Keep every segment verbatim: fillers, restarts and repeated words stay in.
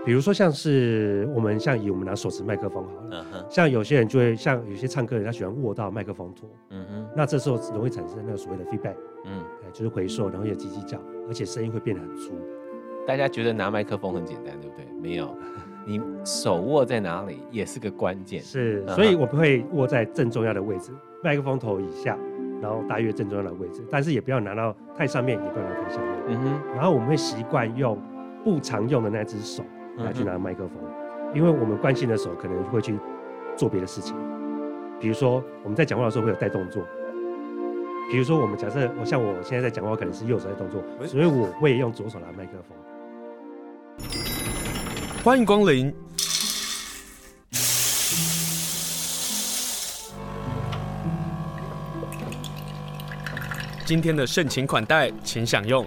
比如说像是我们像以我们拿手持麦克风好了， uh-huh. 像有些人就会像有些唱歌人他喜欢握到麦克风托，嗯哼，那这时候容易产生那个所谓的 feedback， 嗯，就是回授，然后有叽叽叫，而且声音会变得很粗。 大家觉得拿麦克风很简单，对不对？没有，你手握在哪里也是个关键。 是，所以我们会握在正中央的位置，麦克风头以下，然后大约正中央的位置，但是也不要拿到太上面，也不要拿到太下面。嗯哼，然后我们会习惯用不常用的那只手来去拿麦克风，嗯，因为我们惯性的手可能会去做别的事情，比如说我们在讲话的时候会有带动作，比如说我们假设我像我现在在讲话可能是右手在动作，所以我会用左手拿麦克风。 欢迎光临。今天的盛情款待，请享用。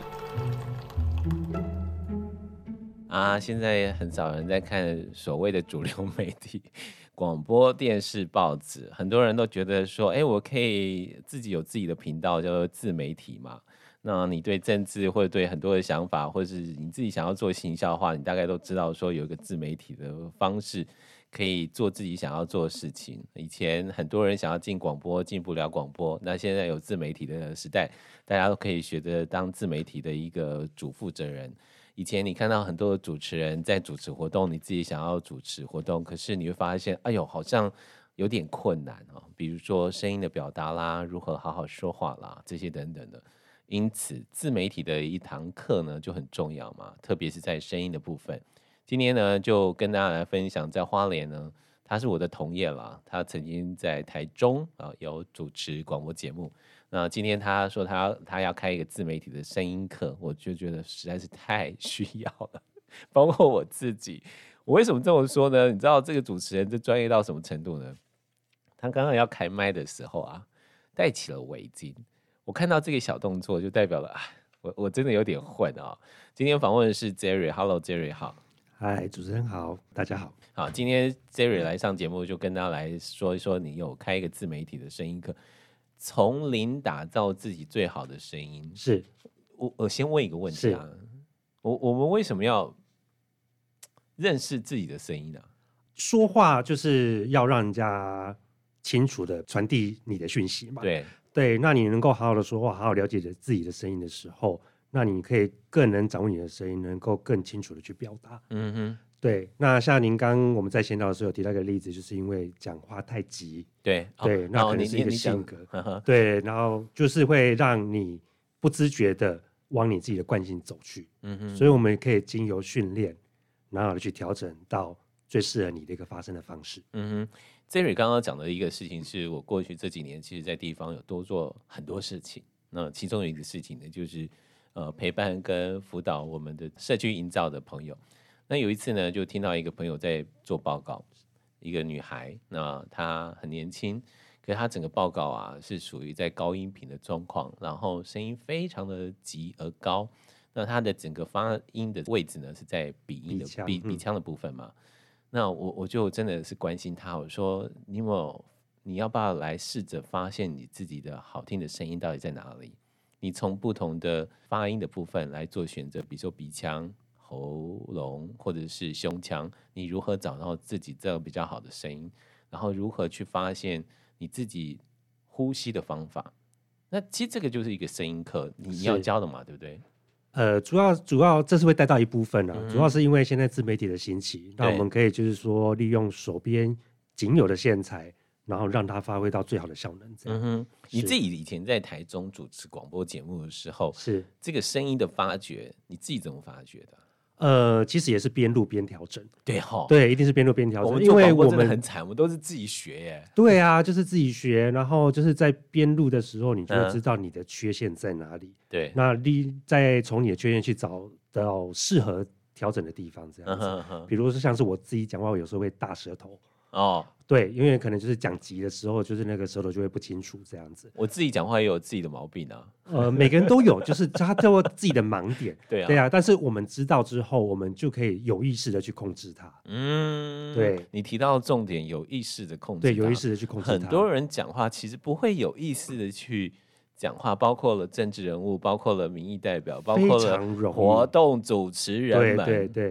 啊，现在很少人在看所谓的主流媒体，广播电视、报纸，很多人都觉得说，哎，我可以自己有自己的频道，叫做自媒体嘛。那你对政治或者对很多的想法，或者是你自己想要做行销的话，你大概都知道说有一个自媒体的方式，可以做自己想要做的事情。以前很多人想要进广播，进不了广播，那现在有自媒体的时代，大家都可以学着当自媒体的一个主负责人。以前你看到很多的主持人在主持活动，你自己想要主持活动，可是你会发现，哎呦，好像有点困难哦。比如说声音的表达啦，如何好好说话啦，这些等等的。因此，自媒体的一堂课呢就很重要嘛，特别是在声音的部分。今天呢，就跟大家来分享，在花莲呢，他是我的同业啦，他曾经在台中啊有主持广播节目。那今天他说他要他要开一个自媒体的声音课，我就觉得实在是太需要了。包括我自己，我为什么这么说呢？你知道这个主持人这专业到什么程度呢？他刚刚要开麦的时候啊，戴起了围巾。我看到这个小动作，就代表了啊，我我真的有点混啊、哦。今天访问的是 Jerry，Hello Jerry 好。 嗨，主持人好，大家好。 好，今天 Jerry 来上节目，就跟大家来说一说，你有开一个自媒体的声音课，从零打造自己最好的声音。 是， 我我先问一个问题啊，我我们为什么要认识自己的声音呢、啊？ 说话就是要让人家清楚的传递你的讯息嘛。 对。 对，那你能够好好的说话，好好了解自己的声音的时候，那你可以更能掌握你的声音，能够更清楚的去表达。嗯哼，对。那像您刚我们在闲聊的时候有提到一个例子，就是因为讲话太急， 对对， 哦、 那可能是一个性格，哦、对，然后就是会让你不自觉的往你自己的惯性走去。嗯哼，所以我们可以经由训练，然后的去调整到最适合你的一个发声的方式。 嗯哼。Jerry 刚刚讲的一个事情是我过去这几年其实在地方有多做很多事情，那其中有一个事情呢就是呃陪伴跟辅导我们的社区营造的朋友。那有一次呢就听到一个朋友在做报告，一个女孩，那她很年轻，可是她整个报告啊是属于在高音频的状况，然后声音非常的急而高，那她的整个发音的位置呢是在鼻音的鼻鼻腔的部分嘛。那我我就真的是关心他，我说你有没有，你要不要来试着发现你自己的好听的声音到底在哪里？你从不同的发音的部分来做选择，比如说鼻腔、喉咙或者是胸腔，你如何找到自己这个比较好的声音，然后如何去发现你自己呼吸的方法？那其实这个就是一个声音课，你要教的嘛，对不对？ 呃，主要主要这是会带到一部分啊、嗯，主要是因为现在自媒体的兴起，那我们可以就是说利用手边仅有的线材，然后让它发挥到最好的效能。这样，嗯哼， 你自己以前在台中主持广播节目的时候， 是这个声音的发掘，你自己怎么发掘的？ 呃，其实也是边录边调整。 对哈， 对，一定是边录边调整。 我们做广播真的很惨，我们都是自己学耶。 对啊，就是自己学，然后就是在边录的时候，你就会知道你的缺陷在哪里。 嗯、对， 那你再从你的缺陷去找到适合调整的地方，这样子。嗯、哼哼比如说像是我自己讲话，我有时候会大舌头。哦，对，因为可能就是讲急的时候，就是那个舌头就会不清楚这样子。 我自己讲话也有自己的毛病啊， 呃，每个人都有，就是他都有自己的盲点， 对啊， 对啊。但是我们知道之后，我们就可以有意识的去控制它。嗯，对， 你提到重点，有意识的控制它， 对，有意识的去控制它。 很多人讲话其实不会有意识的去讲话，包括了政治人物，包括了民意代表，包括了活动主持人们， 对对对。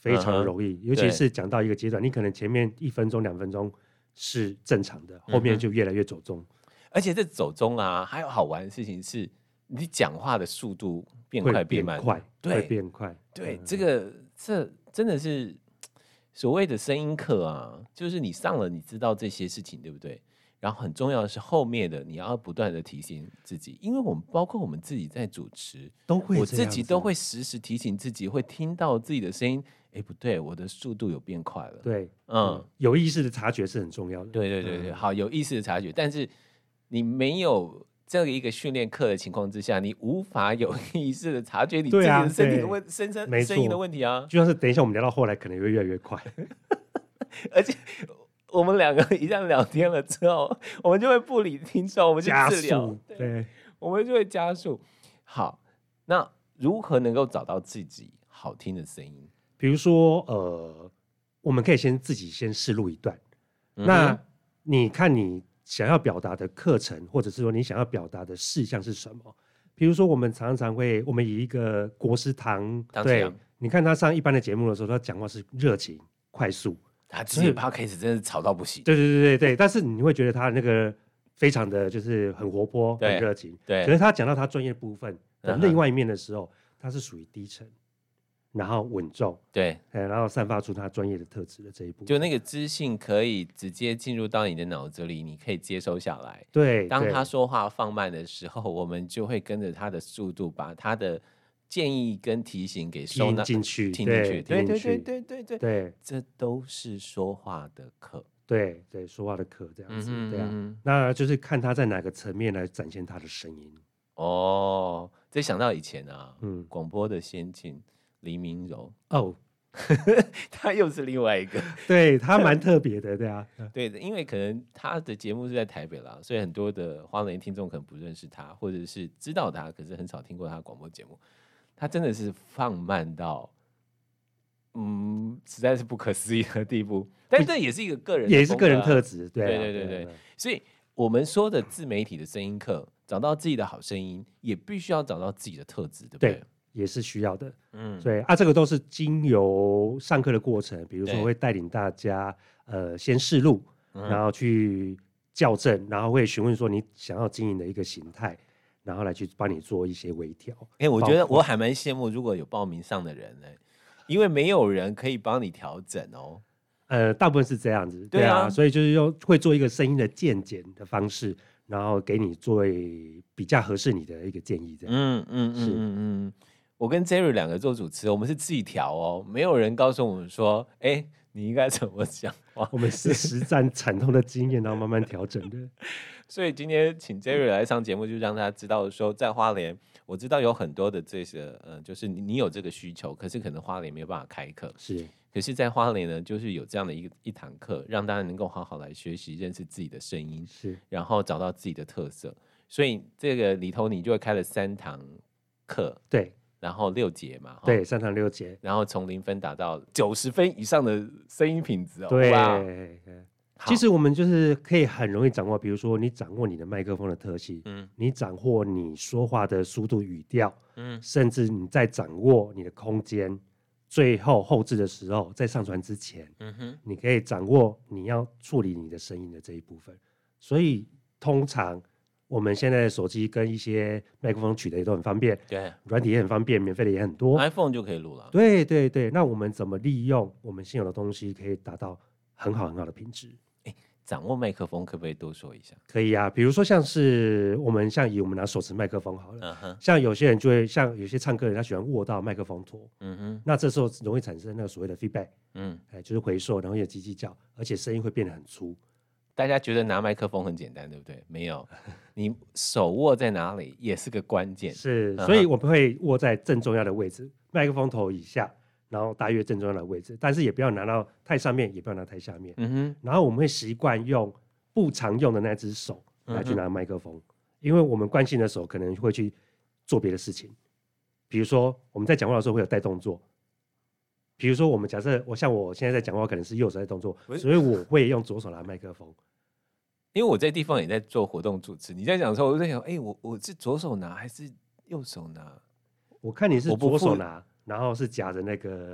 非常容易，尤其是讲到一个阶段，你可能前面一分钟、两分钟是正常的，后面就越来越走中。 而且这走中啊，还有好玩的事情是，你讲话的速度变快变慢， 快， 对， 会变快。 对，这个这真的是所谓的声音课啊，就是你上了，你知道这些事情，对不对？然后很重要的是后面的你要不断的提醒自己，因为我们包括我们自己在主持， 都会我自己都会时时提醒自己，会听到自己的声音，哎，不对，我的速度有变快了。 对，嗯，有意识的察觉是很重要的。 对对对对，嗯、好，有意识的察觉，但是你没有这一个训练课的情况之下，你无法有意识的察觉你自己的身体的问、声声声音的问题啊。 就像是等一下我们聊到后来，可能会越来越快， 而且。我们两个一旦聊天了之后，我们就会不理听众，我们就自聊， 对，对， 我们就会加速。好，那如何能够找到自己好听的声音？ 比如说，呃，我们可以先自己先试录一段。嗯、那你看你想要表达的课程，或者是说你想要表达的事项是什么？比如说，我们常常会，我们以一个国师堂，对，你看他上一般的节目的时候，他讲话是热情、快速。 他自己 podcast 真的吵到不行， 对对对对对，但是你会觉得他那个非常的就是很活泼、很热情， 对。 可是他讲到他专业部分的另外一面的时候，他是属于低沉，然后稳重， 对， 然后散发出他专业的特质的这一部分， 就那个知性可以直接进入到你的脑子里，你可以接收下来。 对， 当他说话放慢的时候，我们就会跟着他的速度，把他的建议跟提醒给收纳进去， 听进去，对对对对对对对， 这都是说话的课， 对对，说话的课这样子， 嗯、 对啊，那就是看他在哪个层面来展现他的声音。 哦，这想到以前啊，嗯，广播的先进黎明柔哦， 他又是另外一个， 对他蛮特别的，对啊， 对的，因为可能他的节目是在台北啦，所以很多的花莲听众可能不认识他，或者是知道他，可是很少听过他的广播节目。他真的是放慢到，嗯，实在是不可思议的地步。但这也是一个个人、啊， 也是个人特质，对、啊、 对对对 对, 對。所以我们说的自媒体的声音课，找到自己的好声音，也必须要找到自己的特质，对不对？ 对，也是需要的。嗯，对啊，这个都是经由上课的过程，比如说会带领大家，呃，先试录，然后去校正，然后会询问说你想要经营的一个形态。然后来去帮你做一些微调。 哎、欸，我觉得我还蛮羡慕如果有报名上的人呢、欸，因为没有人可以帮你调整哦。 呃，大部分是这样子， 对 啊, 對啊， 所以就是用会做一个声音的渐减的方式，然后给你做比较合适你的一个建议。这样， 嗯嗯嗯嗯嗯。我跟 Jerry 两个做主持，我们是自己调哦，没有人告诉我们说，哎、欸，你应该怎么讲话。 我们是实战惨痛的经验，然后慢慢调整的。 所以今天请 Jerry 来上节目，就让他知道说，在花莲，我知道有很多的这些，呃，就是你有这个需求，可是可能花莲没有办法开课， 是。 可是，在花莲呢，就是有这样的一一堂课，让大家能够好好来学习、认识自己的声音， 是， 然后找到自己的特色。所以这个里头，你就会开了三堂课， 对， 然后六节嘛， 对，三堂六节， 然后从零分打到九十分以上的声音品质哦， 对。其实我们就是可以很容易掌握，比如说你掌握你的麦克风的特性，嗯，你掌握你说话的速度、语调，嗯，甚至你在掌握你的空间，最后后置的时候，在上传之前，嗯哼，你可以掌握你要处理你的声音的这一部分。所以通常我们现在的手机跟一些麦克风取得也都很方便， 对， 软体也很方便，免费的也很多 ，iPhone 就可以录了。 对对对，那我们怎么利用我们现有的东西，可以达到很好很好的品质？ 掌握麦克风可不可以多说一下？ 可以啊，比如说像是我们像以我们拿手持麦克风好了， uh-huh. 像有些人就会像有些唱歌人他喜欢握到麦克风托，嗯哼，那这时候容易产生那个所谓的 feedback， 嗯，哎，就是回授，然后也叽叽叫，而且声音会变得很粗。 大家觉得拿麦克风很简单，对不对？没有，你手握在哪里也是个关键。 是，所以我们会握在正中央的位置，麦克风头以下。然后大约正中央的位置，但是也不要拿到太上面，也不要拿太下面。嗯哼。然后我们会习惯用不常用的那只手来去拿麦克风，嗯、因为我们惯性的手可能会去做别的事情，比如说我们在讲话的时候会有带动作，比如说我们假设我像我现在在讲话可能是右手在动作，所以我会用左手拿麦克风。 因为我在地方也在做活动主持，你在讲的时候，我就在想，哎、欸，我我是左手拿还是右手拿？ 我看你是左手拿。然后是夹着那个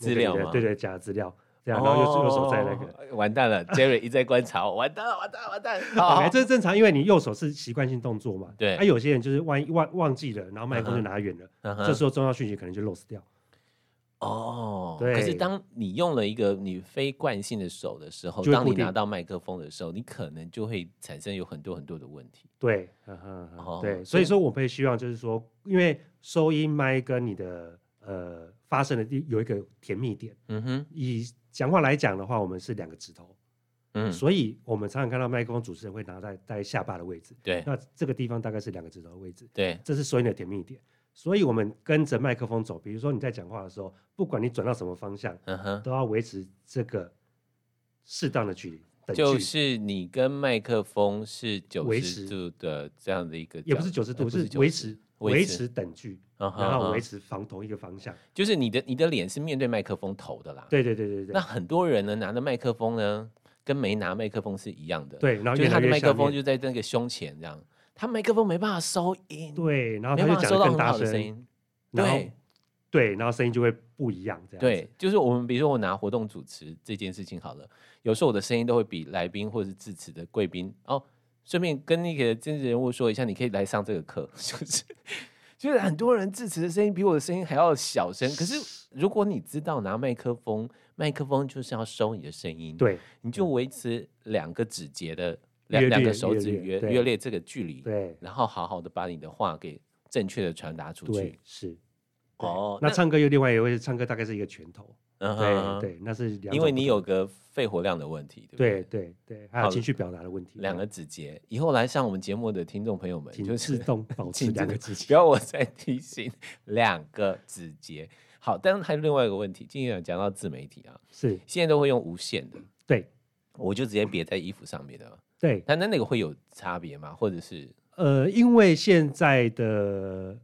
资料吗？ 对对，假的资料。对啊，然后右右手在那个， 哦、完蛋了 ，Jerry 一直在观察我，完蛋了，完蛋了，完蛋了。 OK， 这是正常，因为你右手是习惯性动作嘛。 对。 啊，有些人就是万一忘忘记了，然后麦克风就拿远了，嗯、这时候重要讯息可能就 lost 掉。 哦， 对。 可是当你用了一个你非惯性的手的时候，当你拿到麦克风的时候，你可能就会产生有很多很多的问题。 对，呵呵呵哦、对，所以说我们会希望就是说，因为收音麦跟你的呃发声的地有一个甜蜜点。嗯哼，以讲话来讲的话，我们是两个指头，嗯，所以我们常常看到麦克风主持人会拿在在下巴的位置， 对， 那这个地方大概是两个指头的位置， 对， 这是收音的甜蜜点，所以我们跟着麦克风走，比如说你在讲话的时候，不管你转到什么方向，嗯哼，都要维持这个适当的距离，等距就是你跟麦克风是九十度的这样的一个， 也不是九十度，是维持维持等距。然后维持防同一个方向， 就是你的你的脸是面对麦克风头的啦。 对对对对对。 那很多人呢拿的麦克风呢，跟没拿麦克风是一样的。 对，然后就是他的麦克风就在那个胸前这样，他麦克风没办法收音。 对，然后他就讲得更大声， 声音。 对对，然后声音就会不一样这样子。 对，就是我们比如说我拿活动主持这件事情好了，有时候我的声音都会比来宾或者是致辞的贵宾哦，顺便跟那个政治人物说一下，你可以来上这个课，就是。就是很多人致辞的声音比我的声音还要小声，可是如果你知道拿麦克风，麦克风就是要收你的声音， 对， 你就维持两个指节的两两个手指约约列这个距离， 对， 然后好好的把你的话给正确的传达出去。 对，是。 哦， 那唱歌又另外一位唱歌大概是一个拳头。嗯、对对，那是因为你有个肺活量的问题，对不对？ 对对对，还有情绪表达的问题。 两个指节，以后来上我们节目的听众朋友们， 就自动保持两个指节， 不要我再提醒两个指节。好，但是还有另外一个问题，今天讲到自媒体啊， 是现在都会用无线的， 对， 我就直接别在衣服上面的， 对。 但那那个会有差别吗？或者是呃，因为现在的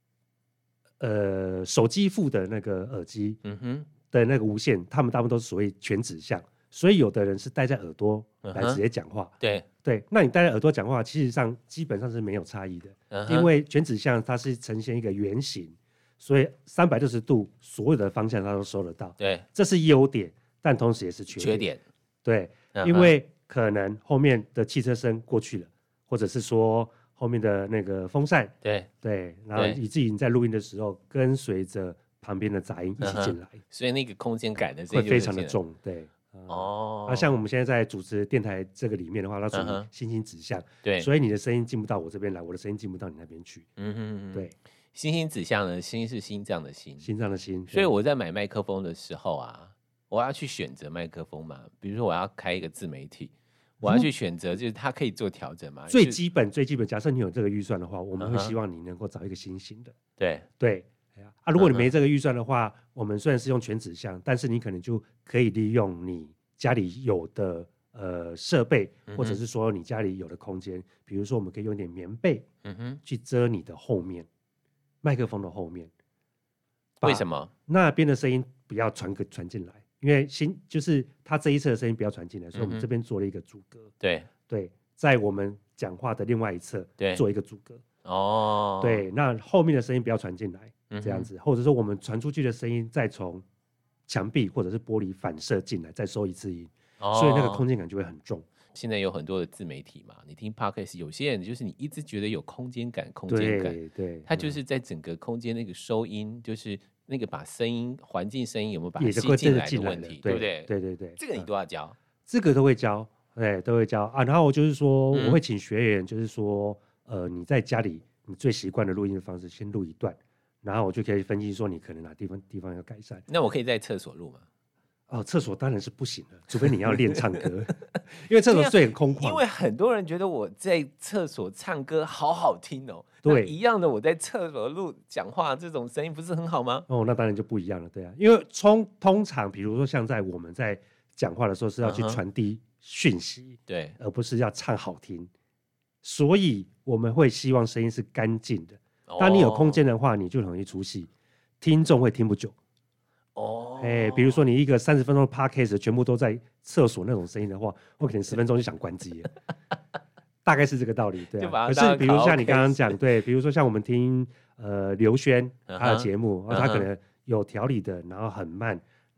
呃手机附的那个耳机，嗯哼。的那个无线，他们大部分都是所谓全指向，所以有的人是戴在耳朵来直接讲话。 Uh-huh. 对对，那你戴在耳朵讲话，其实上基本上是没有差异的， uh-huh. 因为全指向它是呈现一个圆形，所以三百六十度所有的方向它都收得到。 对， 这是优点，但同时也是缺点。 缺点。 对， uh-huh. 因为可能后面的汽车声过去了，或者是说后面的那个风扇， 对对，然后以至于你在录音的时候跟随着旁边的杂音一起进来，嗯， 所以那个空间感的会非常的重，对。哦，那、啊、像我们现在在主持电台这个里面的话，它属于星星指向， 对， 所以你的声音进不到我这边来，我的声音进不到你那边去。嗯哼，对。 星星指向呢，星是心脏的心， 心脏的心。 所以我在买麦克风的时候啊，我要去选择麦克风嘛，比如说我要开一个自媒体，我要去选择，就是它可以做调整嘛。 最基本最基本，假设你有这个预算的话，我们会希望你能够找一个新型的。 对对。啊，如果你没这个预算的话，嗯，我们虽然是用全指向，但是你可能就可以利用你家里有的呃设备，嗯，或者是说你家里有的空间，比如说我们可以用一点棉被，嗯哼，去遮你的后面，麦克风的后面。 为什么？ 那边的声音不要传个传进来，因为新就是它这一侧的声音不要传进来，所以我们这边做了一个阻隔。 对对，在我们讲话的另外一侧做一个阻隔。 哦， 对，那后面的声音不要传进来。这样子，或者说我们传出去的声音再从墙壁或者是玻璃反射进来，再收一次音，哦，所以那个空间感就会很重。 现在有很多的自媒体嘛，你听 Podcast， 有些人就是你一直觉得有空间感，空间感， 对对， 它就是在整个空间那个收音，就是那个把声音环境声音有没有把它吸进来的问题，对不对？ 对对对， 这个你都要教，嗯， 这个都会教，对，都会教啊。然后我就是说，嗯，我会请学员，就是说，呃，你在家里你最习惯的录音的方式，先录一段。然后我就可以分析说你可能哪地方地方要改善。 那我可以在厕所录吗？ 哦，厕所当然是不行了，除非你要练唱歌，因为厕所最很空旷。 因为很多人觉得我在厕所唱歌好好听哦， 对， 一样的我在厕所录讲话这种声音不是很好吗？ 哦，那当然就不一样了，对啊，因为通通常比如说像在我们在讲话的时候是要去传递讯息， 嗯，对， 而不是要唱好听，所以我们会希望声音是干净的。当你有空间的话，你就很容易出戏，听众会听不久。哦，哎，比如说你一个三十分钟的 podcast 全部都在厕所那种声音的话，我可能十分钟就想关机了。大概是这个道理，对啊。可是比如像你刚刚讲，对，比如说像我们听呃刘轩他的节目， uh-huh, 他可能有条理的，然后很慢，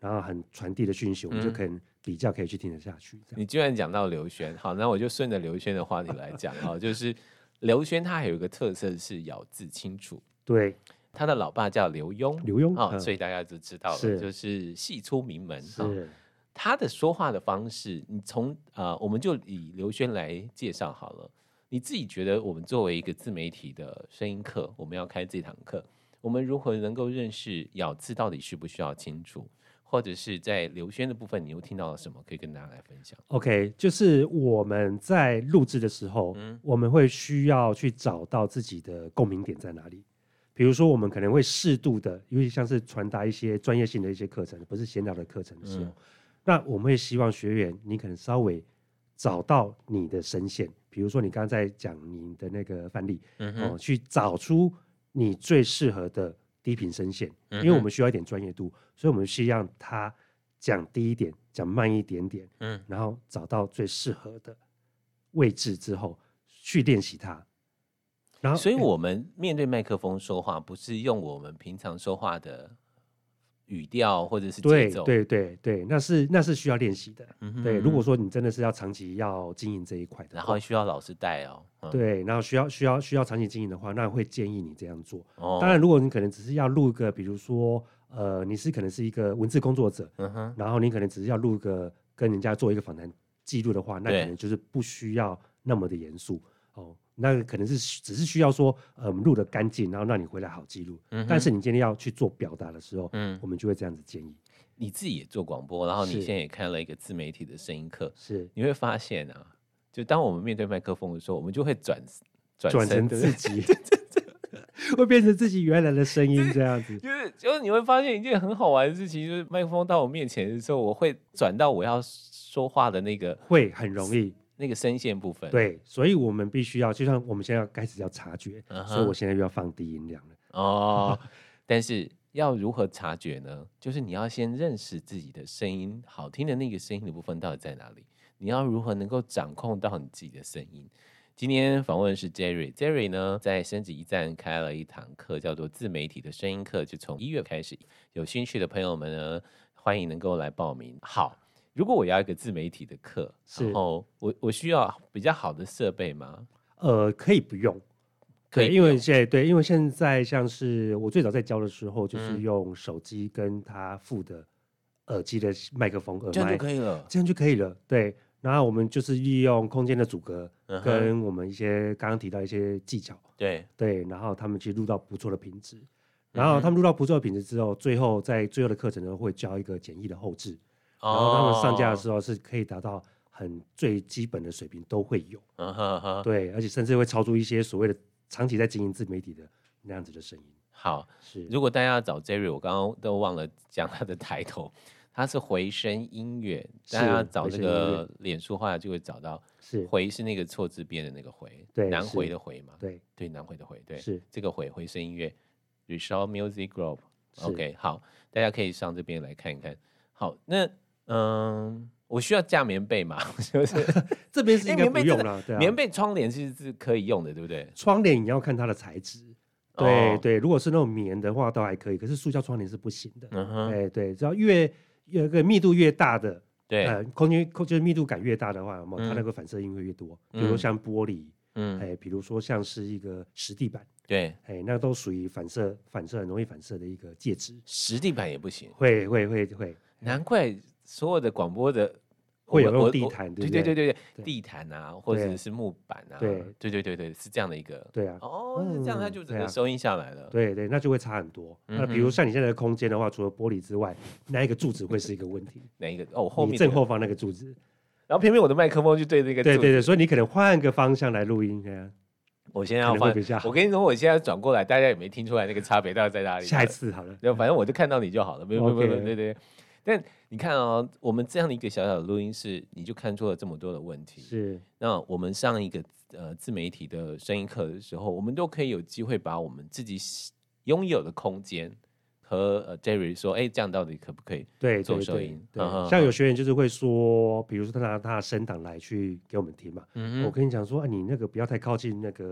然后很传递的讯息，我们就可能比较可以去听得下去。 你居然讲到刘轩，好，那我就顺着刘轩的话题来讲哈，就是刘轩他还有一个特色是咬字清楚， 对， 他的老爸叫刘墉， 刘墉啊、 嗯所以大家就知道了， 是就是系出名门。 是， 他的说话的方式，你从啊、呃，我们就以刘轩来介绍好了。你自己觉得，我们作为一个自媒体的声音课，我们要开这堂课，我们如何能够认识咬字到底需不需要清楚？或者是在刘轩的部分，你又听到了什么可以跟大家来分享 ？OK， 就是我们在录制的时候，嗯、我们会需要去找到自己的共鸣点在哪里。比如说，我们可能会适度的，因为像是传达一些专业性的一些课程，不是闲聊的课程的时候，嗯、那我们会希望学员你可能稍微找到你的声线。比如说，你刚刚在讲你的那个范例，嗯哦，去找出你最适合的低频声线，因为我们需要一点专业度，所以我们需要他讲低一点，讲慢一点点，嗯，然后找到最适合的位置之后去练习它。然后， 所以我们面对麦克风说话，不是用我们平常说话的语调或者是节奏， 对对对对，那是那是需要练习的。嗯、对，如果说你真的是要长期要经营这一块的， 然后需要老师带哦。 嗯、对，然后需要需要需要长期经营的话，那会建议你这样做。哦、当然，如果你可能只是要录个，比如说呃，你是可能是一个文字工作者，嗯哼，然后你可能只是要录个跟人家做一个访谈记录的话，那可能就是不需要那么的严肃哦。那可能是只是需要说，呃，录得干净，然后让你回来好记录。嗯、但是你今天要去做表达的时候，嗯，我们就会这样子建议。 你自己也做广播，然后你现在也开了一个自媒体的声音课， 是你会发现啊，就当我们面对麦克风的时候，我们就会转转转成自己，会变成自己原来的声音这样子。 就是就是你会发现一件很好玩的事情，就是麦克风到我面前的时候，我会转到我要说话的那个， 会很容易。 那个声线部分， 对，所以我们必须要，就像我们现在要开始要察觉， uh-huh. 所以我现在又要放低音量了。 哦，但是要如何察觉呢？就是你要先认识自己的声音，好听的那个声音的部分到底在哪里？你要如何能够掌控到你自己的声音？今天访问的是 Jerry，Jerry 呢在升级一站开了一堂课，叫做自媒体的声音课，就从一月开始，有兴趣的朋友们呢，欢迎能够来报名。好。如果我要一个自媒体的课，然后我我需要比较好的设备吗？ 呃，可以不用， 可以不用， 因为现在对，因为现在像是我最早在教的时候，就是用手机跟他附的耳机的麦克风，耳麦， 这样就可以了， 这样就可以了。对，然后我们就是利用空间的阻隔，嗯、跟我们一些刚刚提到一些技巧， 对对，然后他们去录到不错的品质，然后他们录到不错的品质之后，最后在最后的课程呢会教一个简易的后制。然后他们上架的时候是可以达到很最基本的水平都会有，uh huh. 对，而且甚至会超出一些所谓的长期在经营自媒体的那样子的声音。 好，是如果大家要找 Jerry， 我刚刚都忘了讲他的抬头，他是回声音乐，大家找这个脸书话就会找到，是回是那个错字边的那个回， 对， 南回的回嘛， 对对，南回的回，对， 是这个回回声音乐 Result Music Group。OK， 好，大家可以上这边来看一看。好，那。嗯，我需要架棉被嘛？就是这边是应该不用了，对啊。 棉被窗帘其实是可以用的，对不对？ 窗帘你要看它的材质，对、哦、对。如果是那种棉的话，倒还可以，可是塑胶窗帘是不行的。嗯哼，对对，只要越越个密度越大的， 对，呃、 空间就是密度感越大的话，嗯、它那个反射音会越多。比如说像玻璃，嗯，哎，比如说像是一个石地板。 对， 哎，那都属于反射、反射很容易反射的一个介质。 石地板也不行， 会会会会， 难怪所有的广播的会有用地毯， 对对对对对，地毯啊，或者是木板啊，对对对对对，是这样的一个， 对啊， 哦，这样它就整个收音下来了， 对对，那就会差很多。那比如像你现在的空间的话，除了玻璃之外，那一个柱子会是一个问题。 哪一个？哦，后面正后方那个柱子， 然后偏偏我的麦克风就对这个， 对对对，所以你可能换个方向来录音，这样。 我现在要换，我跟你说，我现在转过来，大家也没听出来那个差别到底在哪里。 下一次好了， 反正我就看到你就好了，没有没有没有，对对。但你看哦，我们这样的一个小小的录音室，你就看出了这么多的问题。 是， 那我们上一个呃自媒体的声音课的时候，我们都可以有机会把我们自己拥有的空间和呃 Jerry 说，哎，这样到底可不可以对做收音？ 对，像有学员就是会说，比如说他拿他的声档来去给我们听嘛，嗯、我跟你讲说，啊，你那个不要太靠近那个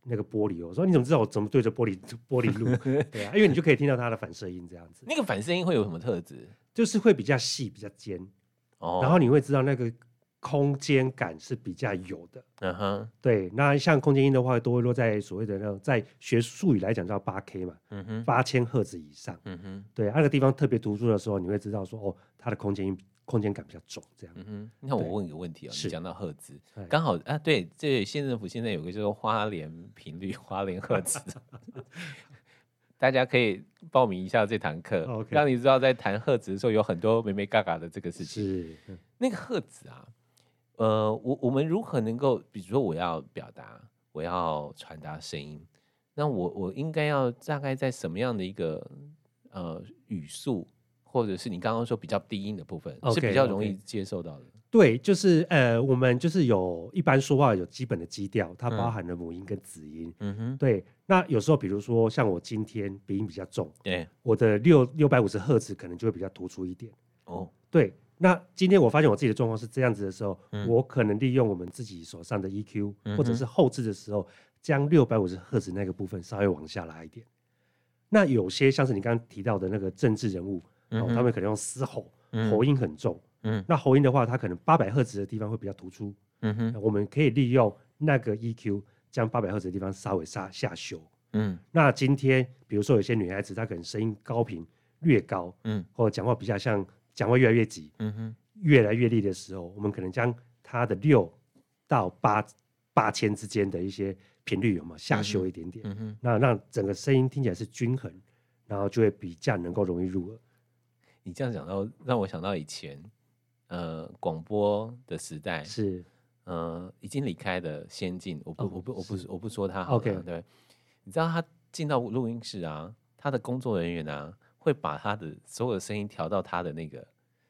那个玻璃，我说你怎么知道我怎么对着玻璃玻璃录？对啊，因为你就可以听到它的反射音这样子。 那个反射音会有什么特质？ 就是会比较细、比较尖， 哦， 然后你会知道那个空间感是比较有的。嗯哼，对。那像空间音的话，都会落在所谓的那种，在学术语来讲叫八 K 嘛，嗯哼，八千赫兹以上。嗯哼，对，那个地方特别突出的时候，你会知道说哦，它的空间音。空间感比较重，这样。嗯哼，那我问一个问题哦，你讲到赫兹，刚好啊，对，这县政府现在有个叫做花莲频率、花莲赫兹，大家可以报名一下这堂课， okay. 让你知道在谈赫兹的时候有很多眉眉嘎嘎的这个事情。是，嗯、那个赫兹啊，呃，我我们如何能够，比如说我要表达，我要传达声音，那我我应该要大概在什么样的一个呃语速？或者是你刚刚说比较低音的部分 okay, 是比较容易接受到的。 Okay. 对，就是呃，我们就是有一般说话有基本的基调，它包含了母音跟子音。嗯哼，对。那有时候比如说像我今天鼻音比较重，对，我的六六百五十赫兹可能就会比较突出一点。哦，对。那今天我发现我自己的状况是这样子的时候，嗯、我可能利用我们自己手上的 E Q、嗯、或者是后置的时候，将六百五十赫兹那个部分稍微往下拉一点。那有些像是你刚刚提到的那个政治人物。哦、他们可能用嘶吼，喉音很重。嗯，那喉音的话，它可能八百赫兹的地方会比较突出。嗯哼，我们可以利用那个 E Q 将八百赫兹的地方稍微下下修。嗯，那今天比如说有些女孩子，她可能声音高频略高，嗯，或者讲话比较像讲话越来越急，嗯哼，越来越厉的时候，我们可能将她的六到八八千之间的一些频率有没有下修一点点？嗯哼，那让整个声音听起来是均衡，然后就会比较能够容易入耳。 你这样讲到，让我想到以前，呃，广播的时代是， 呃，已经离开的先进，我不，哦、我不，我不，我不说他好了。Okay. 对，你知道他进到录音室啊，他的工作人员啊，会把他的所有的声音调到他的那个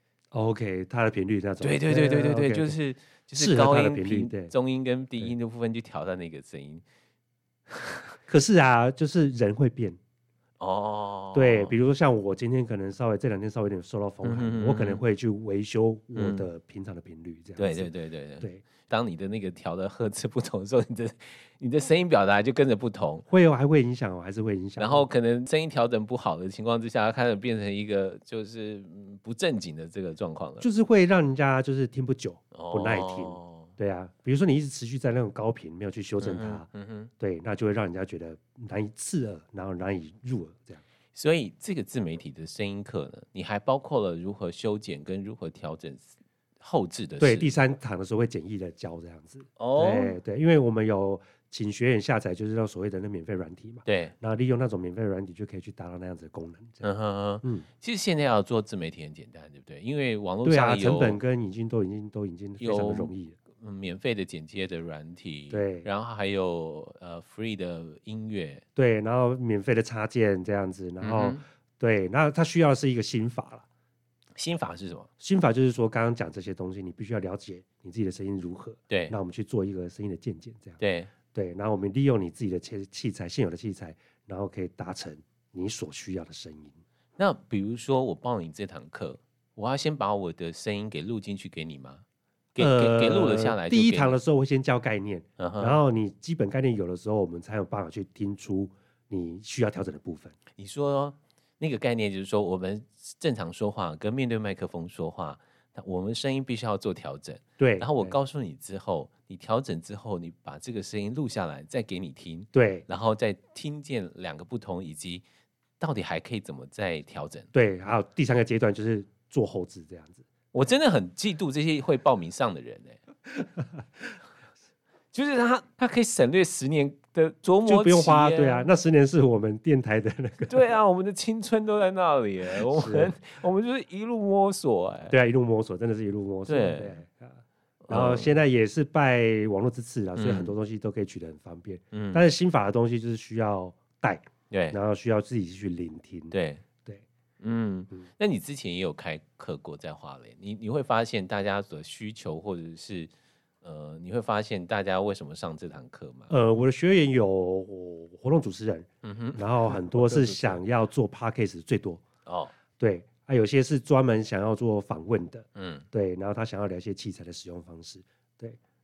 ，OK， 他的频率那种。 对对对对对对， okay. 就是就是高音频、中音跟低音的部分，就调到那个声音。 可是啊，就是人会变。哦，对，比如说像我今天可能稍微这两天稍微有点受到风寒，嗯嗯嗯，我可能会去维修我的平常的频率，这样子。 对对对对 对, 对。当你的那个调的赫兹不同的时候，你的你的声音表达就跟着不同。 会哦，还会影响哦，还是会影响。 然后可能声音调整不好的情况之下，它开始变成一个就是不正经的这个状况了， 就是会让人家就是听不久，不耐听。哦，对啊，比如说你一直持续在那种高频，没有去修正它，嗯嗯嗯，对，那就会让人家觉得难以刺耳，然后难以入耳这样。 所以这个自媒体的声音课呢，你还包括了如何修剪跟如何调整后置的事。 对，第三堂的时候会简易的教这样子。哦，对对，因为我们有请学员下载，就是那所谓的那免费软体嘛。 对， 然后利用那种免费软体就可以去达到那样子的功能。嗯哼嗯，其实现在要做自媒体很简单，对不对？因为网络上有对啊，成本跟引进都已经都已经非常的容易了。 嗯，免费的剪接的软体， 对， 然后还有呃 free 的音乐， 对，然后免费的插件这样子，然后、嗯、对，那它需要的是一个心法了。 心法是什么？ 心法就是说刚刚讲这些东西，你必须要了解你自己的声音如何。 对， 那我们去做一个声音的渐渐这样。 对对，然后我们利用你自己的器材，现有的器材，然后可以达成你所需要的声音。 那比如说我报你这堂课，我要先把我的声音给录进去给你吗？给给给录了下来。 第一堂的时候会先教概念，uh huh. 然后你基本概念有的时候，我们才有办法去听出你需要调整的部分。 你说那个概念就是说，我们正常说话跟面对麦克风说话，我们声音必须要做调整。 对。 然后我告诉你之后，你调整之后，你把这个声音录下来，再给你听。 对。 然后再听见两个不同，以及到底还可以怎么再调整。 对。还有第三个阶段就是做后置这样子。 我真的很嫉妒这些会报名上的人哎，就是他他可以省略十年的琢磨期， 就不用花。对啊，那十年是我们电台的那个。 对啊，我们的青春都在那里哎，我们我们就是一路摸索哎。 对啊，一路摸索，真的是一路摸索。对，对然后现在也是拜网络之赐啦，所以很多东西都可以取得很方便。嗯。但是心法的东西就是需要带， 对， 然后需要自己去聆听。 对。嗯，那你之前也有开课过在花莲，你你会发现大家的需求，或者是呃，你会发现大家为什么上这堂课吗？ 呃，我的学员有活动主持人，嗯哼，然后很多是想要做 podcast 最多哦，对，啊，有些是专门想要做访问的，嗯，对，然后他想要了解器材的使用方式，对，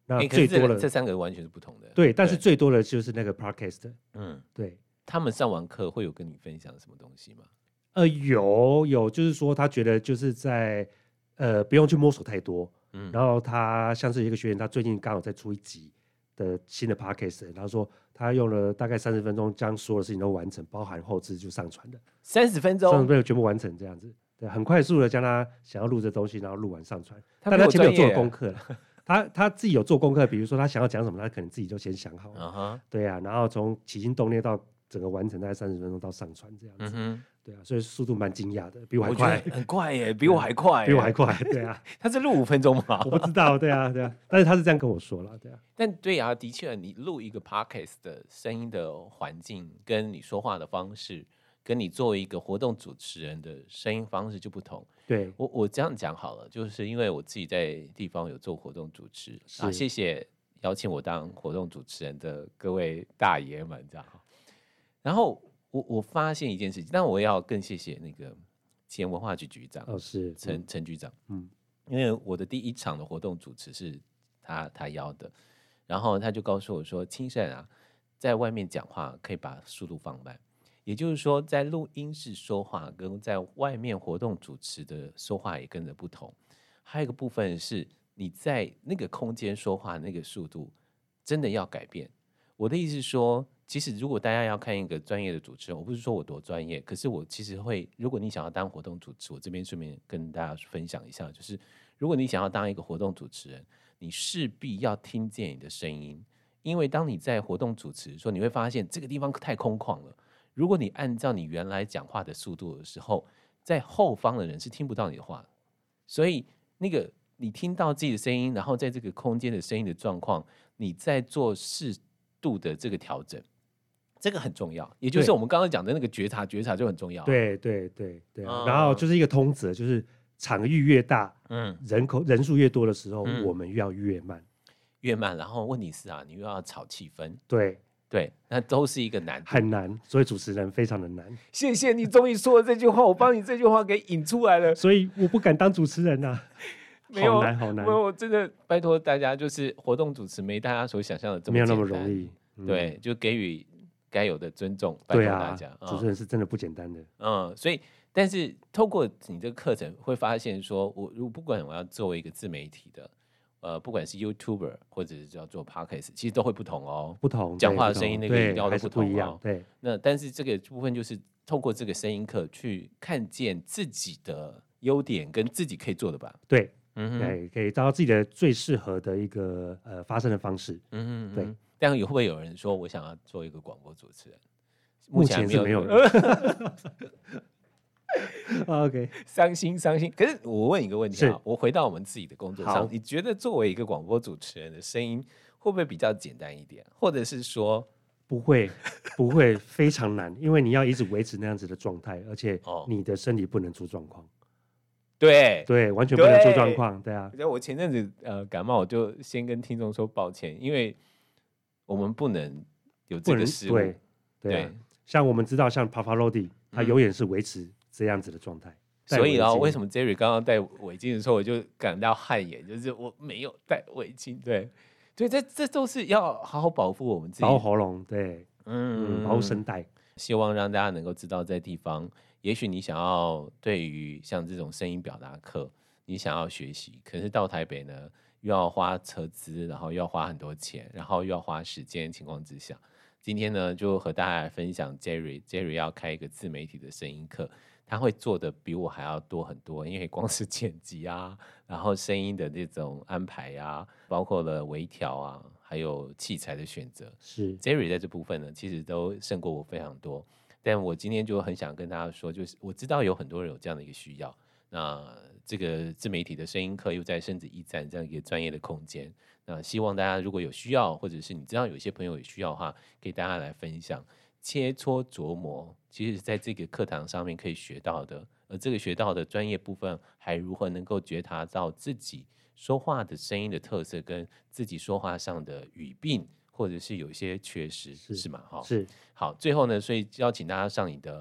那欸、 最多的这三个完全是不同的。 对，但是最多的就是那个 podcast。 嗯， 对。 他们上完课会有跟你分享什么东西吗？ 呃，有有，就是说他觉得就是在呃不用去摸索太多。嗯，然后他像是一个学员，他最近刚好在出一集的新的 podcast， 然后说他用了大概三十分钟将所有的事情都完成，包含后置就上传的。 三十分钟， 三十分钟全部完成这样子，对，很快速的将他想要录这东西，然后录完上传。但他前面有做功课了，他他自己有做功课，比如说他想要讲什么，他可能自己就先想好了。Uh-huh. 对啊，然后从起心动念到整个完成，大概三十分钟到上传这样子。嗯、对啊，所以速度蛮惊讶的，比我还快， 我很快耶，比我还快， 比我还快。对啊， 他是录五分钟吗？ 我不知道，对啊，对啊，但是他是这样跟我说了，对啊。 但对啊，的确，你录一个 podcast 的声音的环境，跟你说话的方式，跟你作为一个活动主持人的声音方式就不同。 对， 我我这样讲好了，就是因为我自己在地方有做活动主持啊，谢谢邀请我当活动主持人的各位大爷们，这样。然后我我发现一件事情，但我也要更谢谢那个前文化局局长， 哦，是陈陈局长，嗯，因为我的第一场的活动主持是他他邀的，然后他就告诉我说，清盛啊，在外面讲话可以把速度放慢。也就是说，在录音室说话跟在外面活动主持的说话也跟着不同。还有一个部分是你在那个空间说话那个速度真的要改变。我的意思是说，其实如果大家要看一个专业的主持人，我不是说我多专业，可是我其实会，如果你想要当活动主持，我这边顺便跟大家分享一下，就是如果你想要当一个活动主持人，你势必要听见你的声音，因为当你在活动主持的时候，你会发现这个地方太空旷了。如果你按照你原来讲话的速度的时候，在后方的人是听不到你的话的，所以那个你听到自己的声音，然后在这个空间的声音的状况，你在做适度的这个调整，这个很重要。也就是我们刚刚讲的那个觉察，觉察就很重要。 对对对对、啊嗯，然后就是一个通则，就是场域越大，嗯，人口人数越多的时候，嗯、我们要越慢， 越慢。然后问题是啊，你又要炒气氛， 对。 对，那都是一个难， 很难，所以主持人非常的难。 谢谢你终于说了这句话，我帮你这句话给引出来了， 所以我不敢当主持人啊， 没有好难好难。 我真的拜托大家，就是活动主持没大家所想象的这么没有那么容易， 嗯、对，就给予该有的尊重，拜托大家、 啊。主持人是真的不简单的， 嗯，所以但是透过你这个课程会发现说，我如果不管我要作为一个自媒体的。呃，不管是 YouTuber 或者是叫做 Podcast， 其实都会不同哦， 不同讲话的声音那个音调都不同、哦、 不一样。对， 那但是这个部分就是透过这个声音课去看见自己的优点跟自己可以做的吧。 对，嗯，对，可以找到自己的最适合的一个呃发声的方式。嗯嗯，对。 但会不会有人说我想要做一个广播主持人？ 目前是没有人。OK， 伤心伤心。可是我问一个问题啊，我回到我们自己的工作上，你觉得作为一个广播主持人的声音会不会比较简单一点，或者是说不会？不会，非常难，因为你要一直维持那样子的状态，而且你的身体不能出状况。 对对，完全不能出状况。对啊， 我前阵子呃感冒，我就先跟听众说抱歉，因为我们不能有这个失误。 对 对, 对、啊，像我们知道，像 Pavarotti， 他永远是维持、嗯。这样子的状态， 所以啊，为什么 Jerry 刚刚戴围巾的时候，我就感到汗颜，就是我没有戴围巾，对，对，这这都是要好好保护我们自己， 保护喉咙，对，嗯，保护声带。 希望让大家能够知道，在地方，也许你想要对于像这种声音表达课，你想要学习，可是到台北呢，又要花车资，然后又要花很多钱，然后又要花时间的情况之下，今天呢，就和大家来分享 Jerry，Jerry Jerry 要开一个自媒体的声音课。他会做的比我还要多很多，因为光是剪辑啊，然后声音的这种安排啊，包括了微调啊，还有器材的选择， 是 Jerry 在这部分呢，其实都胜过我非常多。但我今天就很想跟大家说，就是我知道有很多人有这样的一个需要，那这个自媒体的声音课又在深子驿站这样一个专业的空间，那希望大家如果有需要，或者是你知道有些朋友有需要的话，给大家来分享。切磋琢磨，其实在这个课堂上面可以学到的，而这个学到的专业部分，还如何能够觉察到自己说话的声音的特色，跟自己说话上的语病，或者是有一些缺失，是, 是吗？ 是。 好，最后呢，所以邀请大家上你的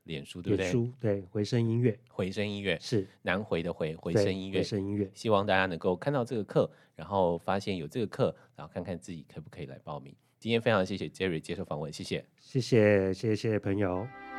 脸书，对不对？ 脸书对，回声音乐， 回声音乐是南回的回，回声音乐， 回声音乐。 希望大家能够看到这个课，然后发现有这个课，然后看看自己可不可以来报名。今天非常谢谢 Jerry 接受访问，谢谢， 谢谢，谢谢朋友。